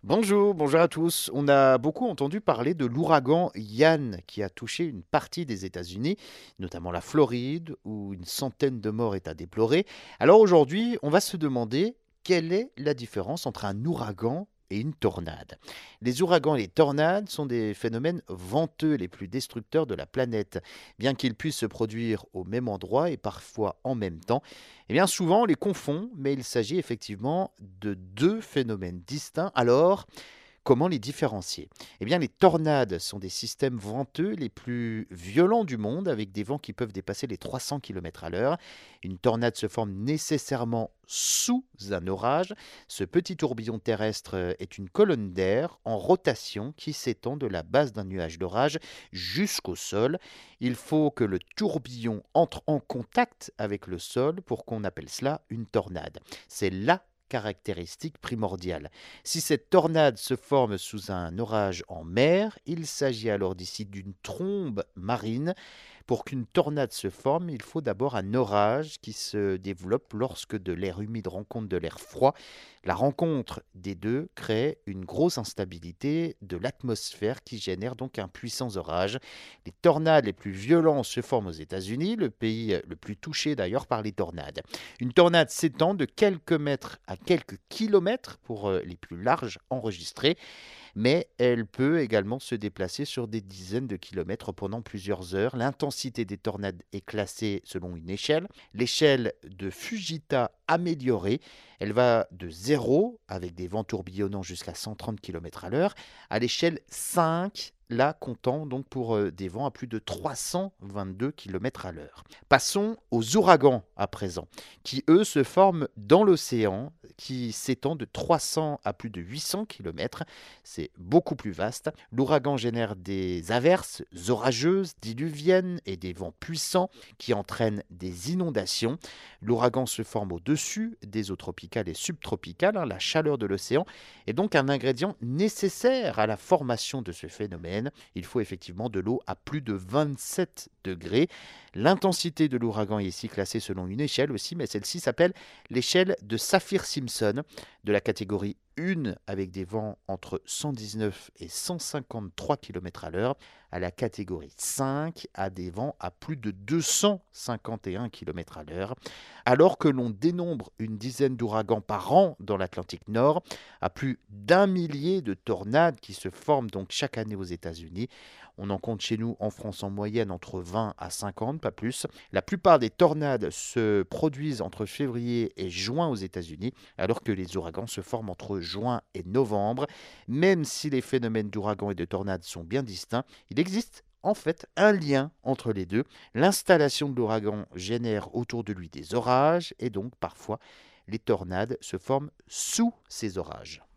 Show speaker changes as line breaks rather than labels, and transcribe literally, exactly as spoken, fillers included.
Bonjour, bonjour à tous. On a beaucoup entendu parler de l'ouragan Yann qui a touché une partie des États-Unis, notamment la Floride, où une centaine de morts est à déplorer. Alors aujourd'hui, on va se demander quelle est la différence entre un ouragan et une tornade. Les ouragans et les tornades sont des phénomènes venteux les plus destructeurs de la planète. Bien qu'ils puissent se produire au même endroit et parfois en même temps, eh bien souvent on les confond, mais il s'agit effectivement de deux phénomènes distincts. Alors, comment les différencier? Eh bien, les tornades sont des systèmes venteux les plus violents du monde, avec des vents qui peuvent dépasser les trois cents kilomètres à l'heure. Une tornade se forme nécessairement sous un orage. Ce petit tourbillon terrestre euh, est une colonne d'air en rotation qui s'étend de la base d'un nuage d'orage jusqu'au sol. Il faut que le tourbillon entre en contact avec le sol pour qu'on appelle cela une tornade. C'est là caractéristique primordiale. Si cette tornade se forme sous un orage en mer, il s'agit alors d'ici d'une trombe marine. Pour qu'une tornade se forme, il faut d'abord un orage qui se développe lorsque de l'air humide rencontre de l'air froid. La rencontre des deux crée une grosse instabilité de l'atmosphère qui génère donc un puissant orage. Les tornades les plus violentes se forment aux États-Unis, le pays le plus touché d'ailleurs par les tornades. Une tornade s'étend de quelques mètres à quelques kilomètres pour euh, les plus larges enregistrés, mais elle peut également se déplacer sur des dizaines de kilomètres pendant plusieurs heures. L'intensité des tornades est classée selon une échelle, l'échelle de Fujita améliorée. Elle va de zéro, avec des vents tourbillonnants jusqu'à cent trente kilomètres à l'heure, à l'échelle cinq, là comptant donc pour euh, des vents à plus de trois cent vingt-deux kilomètres à l'heure. Passons aux ouragans à présent, qui eux se forment dans l'océan, qui s'étend de trois cents à plus de huit cents kilomètres. C'est beaucoup plus vaste. L'ouragan génère des averses orageuses, diluviennes et des vents puissants qui entraînent des inondations. L'ouragan se forme au-dessus des eaux tropicales et subtropicales. hein. La chaleur de l'océan est donc un ingrédient nécessaire à la formation de ce phénomène. Il faut effectivement de l'eau à plus de vingt-sept degrés. L'intensité de l'ouragan est ici classée selon une échelle aussi, mais celle-ci s'appelle l'échelle de Saffir-Simpson, de la catégorie un avec des vents entre cent dix-neuf et cent cinquante-trois kilomètres à l'heure, à la catégorie cinq à des vents à plus de deux cent cinquante et un kilomètres à l'heure. Alors que l'on dénombre une dizaine d'ouragans par an dans l'Atlantique Nord, à plus d'un millier de tornades qui se forment donc chaque année aux États-Unis. On en compte chez nous en France en moyenne entre vingt à cinquante, pas plus. La plupart des tornades se produisent entre février et juin aux États-Unis, alors que les ouragans se forment entre juin et novembre. Même si les phénomènes d'ouragans et de tornades sont bien distincts, il existe en fait un lien entre les deux. L'installation de l'ouragan génère autour de lui des orages et donc parfois les tornades se forment sous ces orages.